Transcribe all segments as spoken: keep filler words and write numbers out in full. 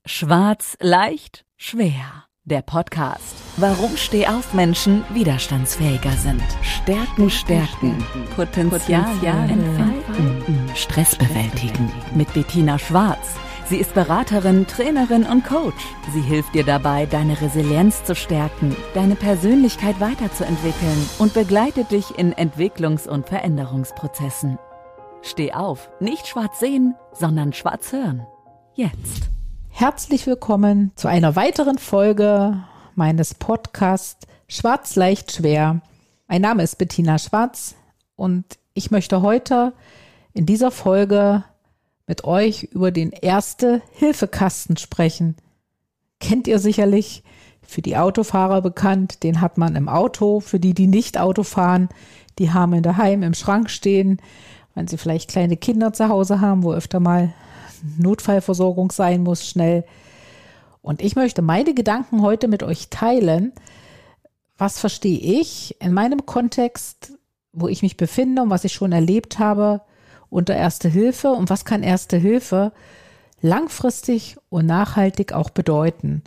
Schwarz, leicht, schwer. Der Podcast. Warum Stehaufmenschen widerstandsfähiger sind. Stärken, stärken. Potenzial, entfalten. Stress bewältigen. Mit Bettina Schwarz. Sie ist Beraterin, Trainerin und Coach. Sie hilft dir dabei, deine Resilienz zu stärken, deine Persönlichkeit weiterzuentwickeln und begleitet dich in Entwicklungs- und Veränderungsprozessen. Steh auf, nicht schwarz sehen, sondern schwarz hören. Jetzt. Herzlich willkommen zu einer weiteren Folge meines Podcasts Schwarz, leicht, schwer. Mein Name ist Bettina Schwarz und ich möchte heute in dieser Folge mit euch über den Erste-Hilfe-Kasten sprechen. Kennt ihr sicherlich, für die Autofahrer bekannt, den hat man im Auto. Für die, die nicht Auto fahren, die haben ihn daheim im Schrank stehen, wenn sie vielleicht kleine Kinder zu Hause haben, wo öfter mal Notfallversorgung sein muss, schnell. Und ich möchte meine Gedanken heute mit euch teilen. Was verstehe ich in meinem Kontext, wo ich mich befinde und was ich schon erlebt habe unter Erste Hilfe und was kann Erste Hilfe langfristig und nachhaltig auch bedeuten.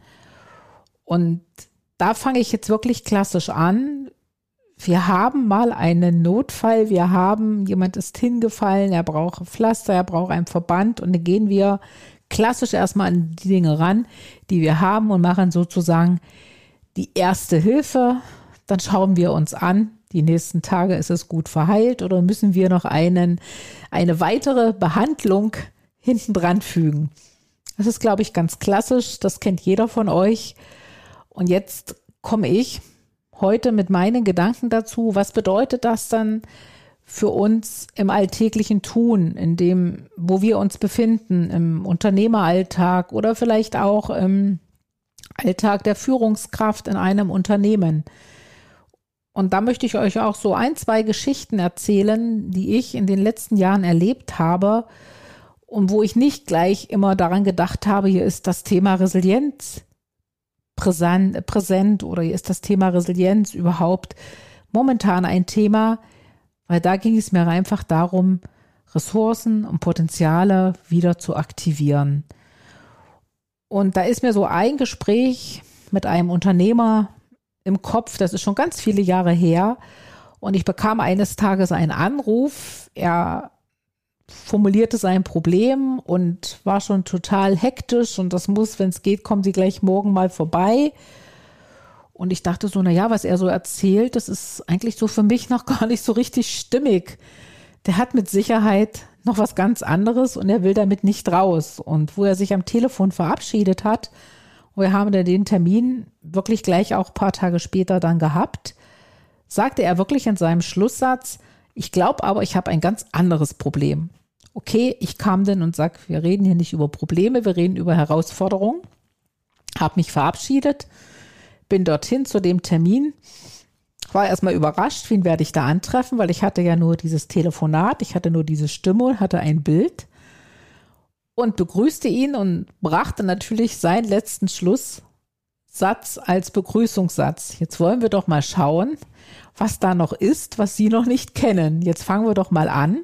Und da fange ich jetzt wirklich klassisch an. Wir haben mal einen Notfall, wir haben, jemand ist hingefallen, er braucht ein Pflaster, er braucht einen Verband und dann gehen wir klassisch erstmal an die Dinge ran, die wir haben und machen sozusagen die Erste Hilfe. Dann schauen wir uns an, die nächsten Tage ist es gut verheilt oder müssen wir noch einen, eine weitere Behandlung hinten dran fügen. Das ist, glaube ich, ganz klassisch, das kennt jeder von euch. Und jetzt komme ich heute mit meinen Gedanken dazu, was bedeutet das dann für uns im alltäglichen Tun, in dem, wo wir uns befinden, im Unternehmeralltag oder vielleicht auch im Alltag der Führungskraft in einem Unternehmen. Und da möchte ich euch auch so ein, zwei Geschichten erzählen, die ich in den letzten Jahren erlebt habe und wo ich nicht gleich immer daran gedacht habe, hier ist das Thema Resilienz Präsent, präsent oder ist das Thema Resilienz überhaupt momentan ein Thema, weil da ging es mir einfach darum, Ressourcen und Potenziale wieder zu aktivieren. Und da ist mir so ein Gespräch mit einem Unternehmer im Kopf, das ist schon ganz viele Jahre her und ich bekam eines Tages einen Anruf, er formulierte sein Problem und war schon total hektisch und das muss, wenn es geht, kommen Sie gleich morgen mal vorbei. Und ich dachte so, na ja, was er so erzählt, das ist eigentlich so für mich noch gar nicht so richtig stimmig. Der hat mit Sicherheit noch was ganz anderes und er will damit nicht raus. Und wo er sich am Telefon verabschiedet hat, und wir haben dann den Termin wirklich gleich auch ein paar Tage später dann gehabt, sagte er wirklich in seinem Schlusssatz, ich glaube aber, ich habe ein ganz anderes Problem. Okay, ich kam dann und sag, wir reden hier nicht über Probleme, wir reden über Herausforderungen. Habe mich verabschiedet, bin dorthin zu dem Termin, war erstmal überrascht, wen werde ich da antreffen, weil ich hatte ja nur dieses Telefonat, ich hatte nur diese Stimme und hatte ein Bild und begrüßte ihn und brachte natürlich seinen letzten Schlusssatz als Begrüßungssatz. Jetzt wollen wir doch mal schauen, was da noch ist, was Sie noch nicht kennen. Jetzt fangen wir doch mal an,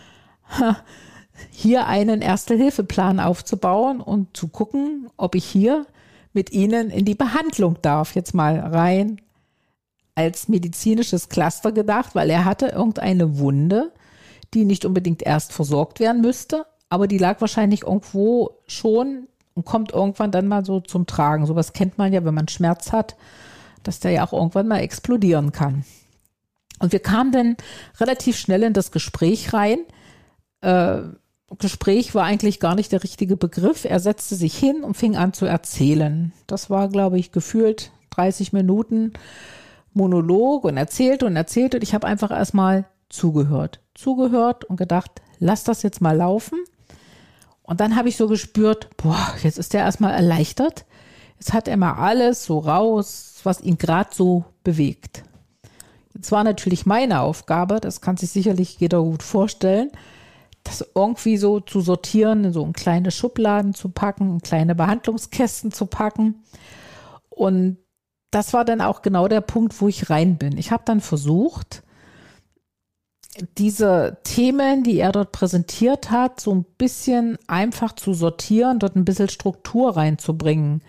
hier einen Erste-Hilfe-Plan aufzubauen und zu gucken, ob ich hier mit Ihnen in die Behandlung darf. Jetzt mal rein als medizinisches Cluster gedacht, weil er hatte irgendeine Wunde, die nicht unbedingt erst versorgt werden müsste, aber die lag wahrscheinlich irgendwo schon und kommt irgendwann dann mal so zum Tragen. Sowas kennt man ja, wenn man Schmerz hat, dass der ja auch irgendwann mal explodieren kann. Und wir kamen dann relativ schnell in das Gespräch rein. Äh, Gespräch war eigentlich gar nicht der richtige Begriff. Er setzte sich hin und fing an zu erzählen. Das war, glaube ich, gefühlt dreißig Minuten Monolog und erzählte und erzählte. Und ich habe einfach erstmal zugehört. Zugehört und gedacht, lass das jetzt mal laufen. Und dann habe ich so gespürt, boah, jetzt ist er erstmal erleichtert. Jetzt hat er mal alles so raus, was ihn gerade so bewegt. Jetzt war natürlich meine Aufgabe, das kann sich sicherlich jeder gut vorstellen, das irgendwie so zu sortieren, in so in kleine Schubladen zu packen, in kleine Behandlungskästen zu packen. Und das war dann auch genau der Punkt, wo ich rein bin. Ich habe dann versucht, diese Themen, die er dort präsentiert hat, so ein bisschen einfach zu sortieren, dort ein bisschen Struktur reinzubringen.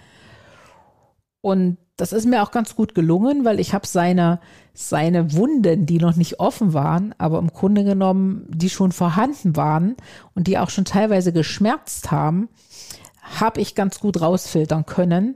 Und das ist mir auch ganz gut gelungen, weil ich habe seine, seine Wunden, die noch nicht offen waren, aber im Grunde genommen, die schon vorhanden waren und die auch schon teilweise geschmerzt haben, habe ich ganz gut rausfiltern können.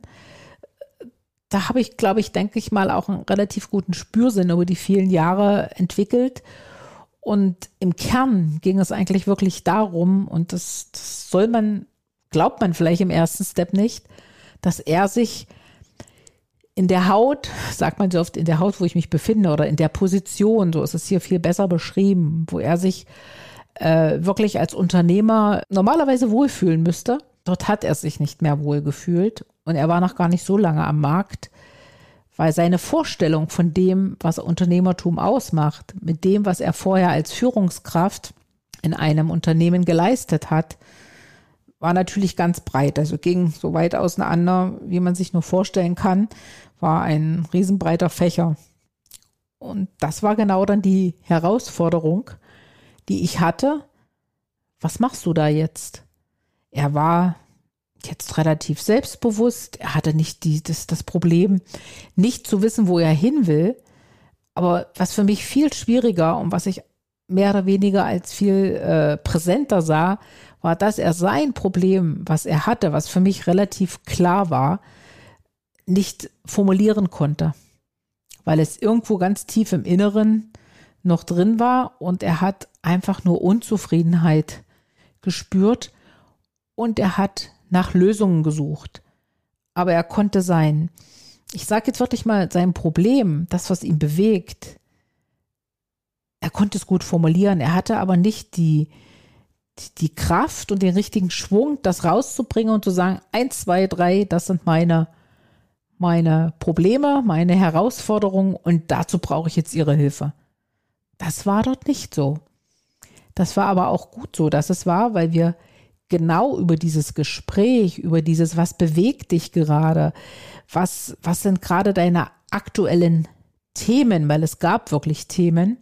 Da habe ich, glaube ich, denke ich mal, auch einen relativ guten Spürsinn über die vielen Jahre entwickelt. Und im Kern ging es eigentlich wirklich darum, und das, das soll man, glaubt man vielleicht im ersten Step nicht, dass er sich in der Haut, sagt man so oft, in der Haut, wo ich mich befinde oder in der Position, so ist es hier viel besser beschrieben, wo er sich äh, wirklich als Unternehmer normalerweise wohlfühlen müsste. Dort hat er sich nicht mehr wohlgefühlt und er war noch gar nicht so lange am Markt, weil seine Vorstellung von dem, was Unternehmertum ausmacht, mit dem, was er vorher als Führungskraft in einem Unternehmen geleistet hat, war natürlich ganz breit. Also ging so weit auseinander, wie man sich nur vorstellen kann, war ein riesenbreiter Fächer. Und das war genau dann die Herausforderung, die ich hatte. Was machst du da jetzt? Er war jetzt relativ selbstbewusst. Er hatte nicht die, das, das Problem, nicht zu wissen, wo er hin will. Aber was für mich viel schwieriger und was ich mehr oder weniger als viel äh, präsenter sah, war, dass er sein Problem, was er hatte, was für mich relativ klar war, nicht formulieren konnte, weil es irgendwo ganz tief im Inneren noch drin war und er hat einfach nur Unzufriedenheit gespürt und er hat nach Lösungen gesucht. Aber er konnte sein, ich sage jetzt wirklich mal, sein Problem, das, was ihn bewegt, er konnte es gut formulieren, er hatte aber nicht die die Kraft und den richtigen Schwung, das rauszubringen und zu sagen, eins, zwei, drei, das sind meine, meine Probleme, meine Herausforderungen und dazu brauche ich jetzt Ihre Hilfe. Das war dort nicht so. Das war aber auch gut so, dass es war, weil wir genau über dieses Gespräch, über dieses, was bewegt dich gerade, was, was sind gerade deine aktuellen Themen, weil es gab wirklich Themen,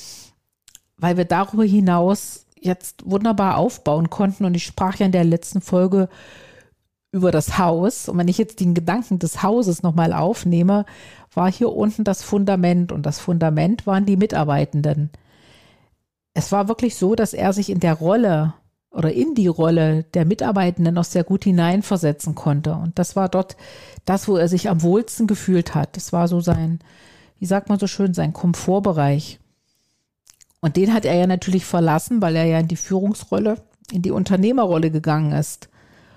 weil wir darüber hinaus jetzt wunderbar aufbauen konnten. Und ich sprach ja in der letzten Folge über das Haus. Und wenn ich jetzt den Gedanken des Hauses nochmal aufnehme, war hier unten das Fundament. Und das Fundament waren die Mitarbeitenden. Es war wirklich so, dass er sich in der Rolle oder in die Rolle der Mitarbeitenden noch sehr gut hineinversetzen konnte. Und das war dort das, wo er sich am wohlsten gefühlt hat. Das war so sein, wie sagt man so schön, sein Komfortbereich. Und den hat er ja natürlich verlassen, weil er ja in die Führungsrolle, in die Unternehmerrolle gegangen ist.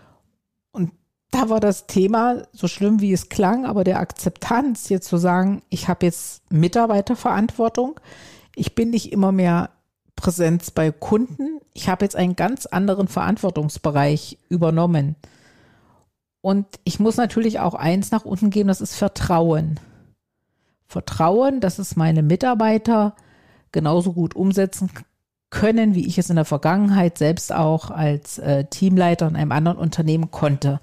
Und da war das Thema, so schlimm wie es klang, aber der Akzeptanz, jetzt zu sagen, ich habe jetzt Mitarbeiterverantwortung, ich bin nicht immer mehr Präsenz bei Kunden, ich habe jetzt einen ganz anderen Verantwortungsbereich übernommen. Und ich muss natürlich auch eins nach unten geben, das ist Vertrauen. Vertrauen, dass es meine Mitarbeiter genauso gut umsetzen können, wie ich es in der Vergangenheit selbst auch als äh, Teamleiter in einem anderen Unternehmen konnte.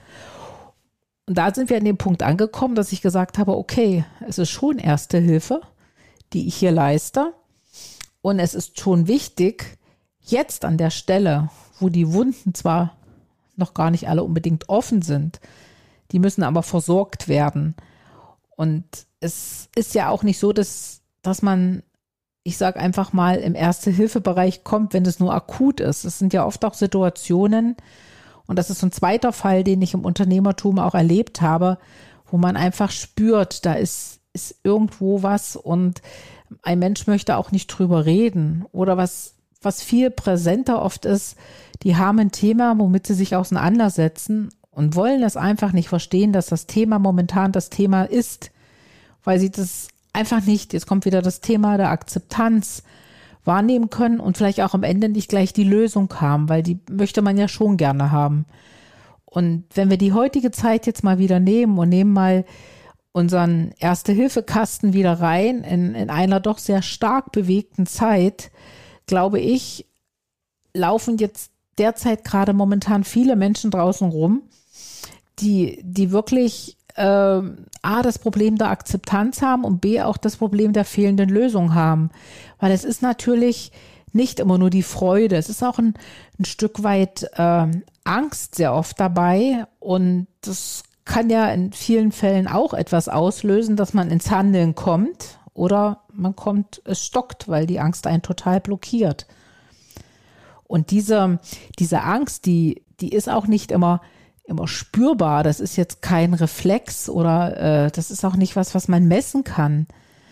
Und da sind wir an dem Punkt angekommen, dass ich gesagt habe, okay, es ist schon Erste Hilfe, die ich hier leiste. Und es ist schon wichtig, jetzt an der Stelle, wo die Wunden zwar noch gar nicht alle unbedingt offen sind, die müssen aber versorgt werden. Und es ist ja auch nicht so, dass, dass man, ich sage einfach mal, im Erste-Hilfe-Bereich kommt, wenn es nur akut ist. Es sind ja oft auch Situationen, und das ist so ein zweiter Fall, den ich im Unternehmertum auch erlebt habe, wo man einfach spürt, da ist, ist irgendwo was und ein Mensch möchte auch nicht drüber reden. Oder was, was viel präsenter oft ist, die haben ein Thema, womit sie sich auseinandersetzen und wollen es einfach nicht verstehen, dass das Thema momentan das Thema ist, weil sie das einfach nicht, jetzt kommt wieder das Thema der Akzeptanz, wahrnehmen können und vielleicht auch am Ende nicht gleich die Lösung haben, weil die möchte man ja schon gerne haben. Und wenn wir die heutige Zeit jetzt mal wieder nehmen und nehmen mal unseren Erste-Hilfe-Kasten wieder rein in, in einer doch sehr stark bewegten Zeit, glaube ich, laufen jetzt derzeit gerade momentan viele Menschen draußen rum, die, die wirklich äh, A, das Problem der Akzeptanz haben und B, auch das Problem der fehlenden Lösung haben. Weil es ist natürlich nicht immer nur die Freude, es ist auch ein, ein Stück weit äh, Angst sehr oft dabei und das kann ja in vielen Fällen auch etwas auslösen, dass man ins Handeln kommt oder man kommt, es stockt, weil die Angst einen total blockiert. Und diese, diese Angst, die, die ist auch nicht immer, immer spürbar. Das ist jetzt kein Reflex oder äh, das ist auch nicht was, was man messen kann.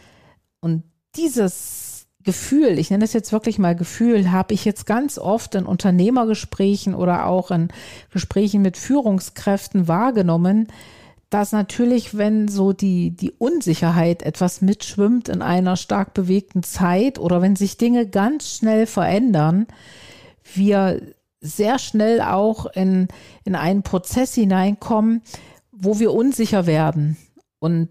Und dieses Gefühl, ich nenne es jetzt wirklich mal Gefühl, habe ich jetzt ganz oft in Unternehmergesprächen oder auch in Gesprächen mit Führungskräften wahrgenommen, dass natürlich, wenn so die, die Unsicherheit etwas mitschwimmt in einer stark bewegten Zeit oder wenn sich Dinge ganz schnell verändern, wir sehr schnell auch in, in einen Prozess hineinkommen, wo wir unsicher werden. Und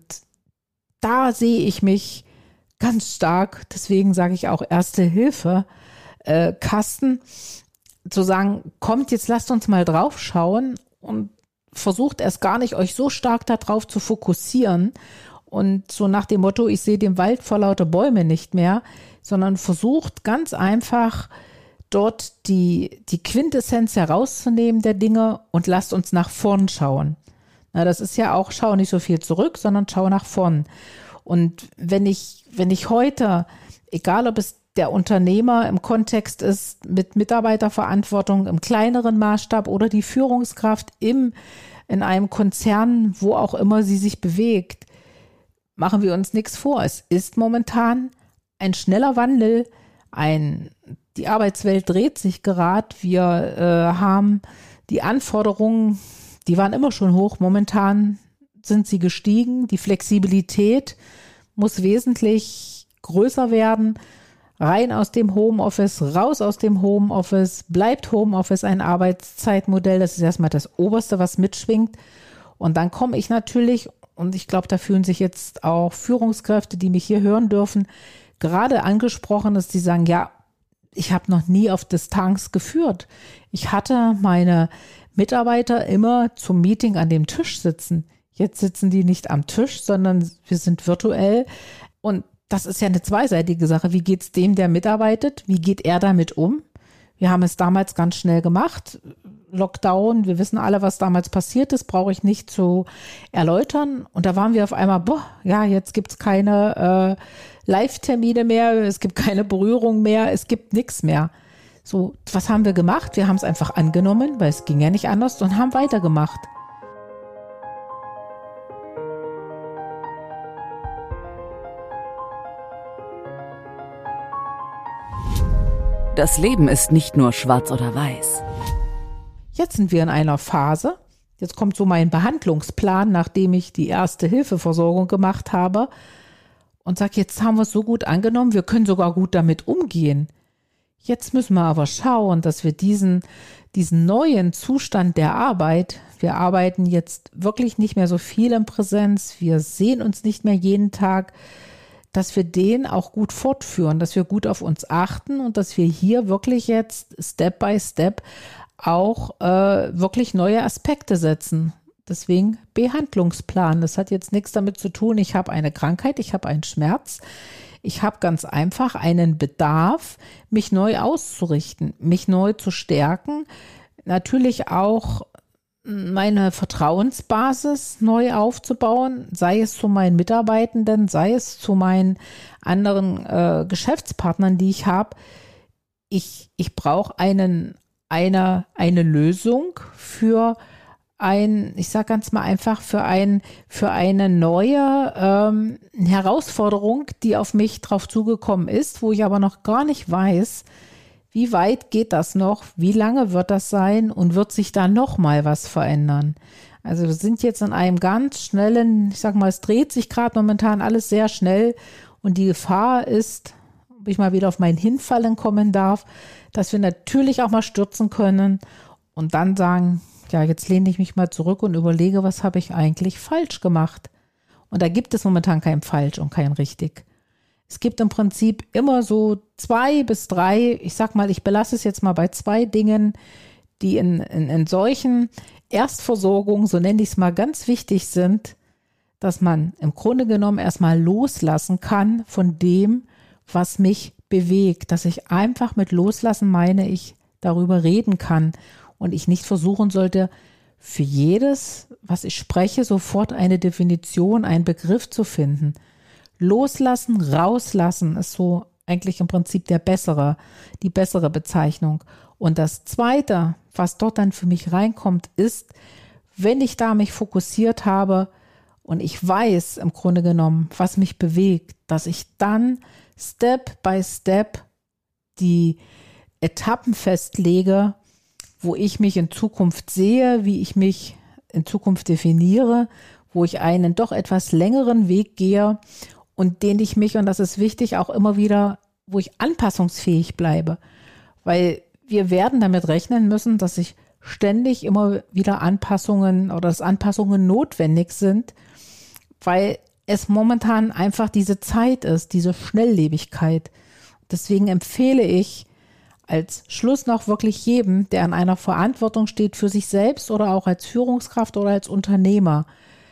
da sehe ich mich ganz stark, deswegen sage ich auch Erste Hilfe, äh, Kasten, zu sagen, kommt, jetzt lasst uns mal drauf schauen und versucht erst gar nicht, euch so stark darauf zu fokussieren und so nach dem Motto, ich sehe den Wald vor lauter Bäume nicht mehr, sondern versucht ganz einfach dort die, die Quintessenz herauszunehmen der Dinge und lasst uns nach vorn schauen. Na, das ist ja auch, schau nicht so viel zurück, sondern schau nach vorn. Und wenn ich, wenn ich heute, egal ob es der Unternehmer im Kontext ist mit Mitarbeiterverantwortung im kleineren Maßstab oder die Führungskraft im, in einem Konzern, wo auch immer sie sich bewegt, machen wir uns nichts vor. Es ist momentan ein schneller Wandel, ein Die Arbeitswelt dreht sich gerade. Wir äh, haben die Anforderungen, die waren immer schon hoch. Momentan sind sie gestiegen. Die Flexibilität muss wesentlich größer werden. Rein aus dem Homeoffice, raus aus dem Homeoffice. Bleibt Homeoffice ein Arbeitszeitmodell? Das ist erstmal das Oberste, was mitschwingt. Und dann komme ich natürlich, und ich glaube, da fühlen sich jetzt auch Führungskräfte, die mich hier hören dürfen, gerade angesprochen, dass die sagen, ja, ich habe noch nie auf Distanz geführt. Ich hatte meine Mitarbeiter immer zum Meeting an dem Tisch sitzen. Jetzt sitzen die nicht am Tisch, sondern wir sind virtuell. Und das ist ja eine zweiseitige Sache. Wie geht's dem, der mitarbeitet? Wie geht er damit um? Wir haben es damals ganz schnell gemacht. Lockdown, wir wissen alle, was damals passiert ist, brauche ich nicht zu erläutern. Und da waren wir auf einmal, boah, ja, jetzt gibt's keine äh, Live-Termine mehr, es gibt keine Berührung mehr, es gibt nichts mehr. So, was haben wir gemacht? Wir haben es einfach angenommen, weil es ging ja nicht anders und haben weitergemacht. Das Leben ist nicht nur schwarz oder weiß. Jetzt sind wir in einer Phase, jetzt kommt so mein Behandlungsplan, nachdem ich die Erste-Hilfe-Versorgung gemacht habe und sage, jetzt haben wir es so gut angenommen, wir können sogar gut damit umgehen. Jetzt müssen wir aber schauen, dass wir diesen, diesen neuen Zustand der Arbeit, wir arbeiten jetzt wirklich nicht mehr so viel in Präsenz, wir sehen uns nicht mehr jeden Tag, dass wir den auch gut fortführen, dass wir gut auf uns achten und dass wir hier wirklich jetzt Step by Step auch äh, wirklich neue Aspekte setzen. Deswegen Behandlungsplan. Das hat jetzt nichts damit zu tun, ich habe eine Krankheit, ich habe einen Schmerz. Ich habe ganz einfach einen Bedarf, mich neu auszurichten, mich neu zu stärken. Natürlich auch meine Vertrauensbasis neu aufzubauen, sei es zu meinen Mitarbeitenden, sei es zu meinen anderen äh, Geschäftspartnern, die ich habe. Ich, ich brauche einen Eine, eine Lösung für ein, ich sage ganz mal einfach, für ein, für eine neue ähm, Herausforderung, die auf mich drauf zugekommen ist, wo ich aber noch gar nicht weiß, wie weit geht das noch, wie lange wird das sein und wird sich da noch mal was verändern. Also wir sind jetzt in einem ganz schnellen, ich sag mal, es dreht sich gerade momentan alles sehr schnell und die Gefahr ist, ob ich mal wieder auf mein Hinfallen kommen darf, dass wir natürlich auch mal stürzen können und dann sagen, ja, jetzt lehne ich mich mal zurück und überlege, was habe ich eigentlich falsch gemacht? Und da gibt es momentan kein falsch und kein richtig. Es gibt im Prinzip immer so zwei bis drei, ich sag mal, ich belasse es jetzt mal bei zwei Dingen, die in, in, in solchen Erstversorgungen, so nenne ich es mal, ganz wichtig sind, dass man im Grunde genommen erstmal loslassen kann von dem, was mich bewegt, dass ich einfach mit Loslassen meine, ich darüber reden kann und ich nicht versuchen sollte, für jedes, was ich spreche, sofort eine Definition, einen Begriff zu finden. Loslassen, rauslassen ist so eigentlich im Prinzip der bessere, die bessere Bezeichnung. Und das Zweite, was dort dann für mich reinkommt, ist, wenn ich da mich fokussiert habe und ich weiß im Grunde genommen, was mich bewegt, dass ich dann Step by Step die Etappen festlege, wo ich mich in Zukunft sehe, wie ich mich in Zukunft definiere, wo ich einen doch etwas längeren Weg gehe und den ich mich, und das ist wichtig, auch immer wieder, wo ich anpassungsfähig bleibe. Weil wir werden damit rechnen müssen, dass sich ständig immer wieder Anpassungen oder dass Anpassungen notwendig sind, weil es momentan einfach diese Zeit ist, diese Schnelllebigkeit. Deswegen empfehle ich als Schluss noch wirklich jedem, der an einer Verantwortung steht für sich selbst oder auch als Führungskraft oder als Unternehmer,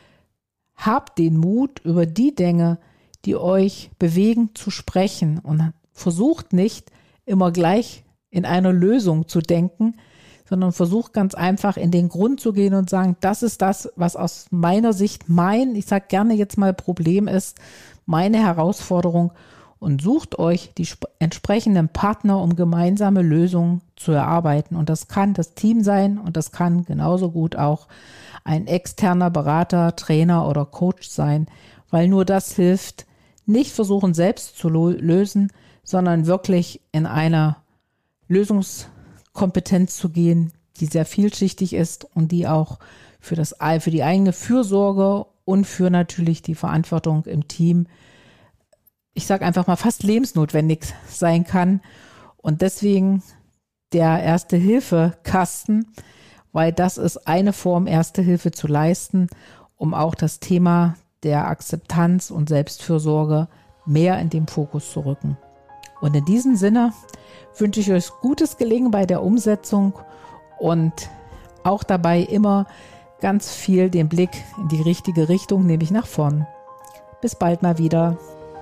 habt den Mut, über die Dinge, die euch bewegen, zu sprechen und versucht nicht immer gleich in einer Lösung zu denken, sondern versucht ganz einfach in den Grund zu gehen und sagen, das ist das, was aus meiner Sicht mein, ich sage gerne jetzt mal Problem ist, meine Herausforderung, und sucht euch die entsprechenden Partner, um gemeinsame Lösungen zu erarbeiten. Und das kann das Team sein und das kann genauso gut auch ein externer Berater, Trainer oder Coach sein, weil nur das hilft, nicht versuchen selbst zu lösen, sondern wirklich in eine Lösungskompetenz zu gehen, die sehr vielschichtig ist und die auch für das, für die eigene Fürsorge und für natürlich die Verantwortung im Team, ich sage einfach mal, fast lebensnotwendig sein kann. Und deswegen der Erste-Hilfe-Kasten, weil das ist eine Form, Erste Hilfe zu leisten, um auch das Thema der Akzeptanz und Selbstfürsorge mehr in den Fokus zu rücken. Und in diesem Sinne wünsche ich euch gutes Gelingen bei der Umsetzung und auch dabei immer ganz viel den Blick in die richtige Richtung, nämlich nach vorn. Bis bald mal wieder.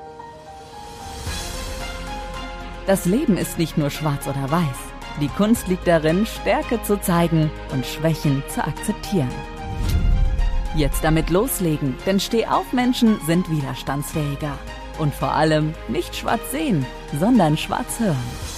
Das Leben ist nicht nur schwarz oder weiß. Die Kunst liegt darin, Stärke zu zeigen und Schwächen zu akzeptieren. Jetzt damit loslegen, denn Steh-auf-Menschen sind widerstandsfähiger. Und vor allem nicht schwarz sehen, sondern schwarz hören.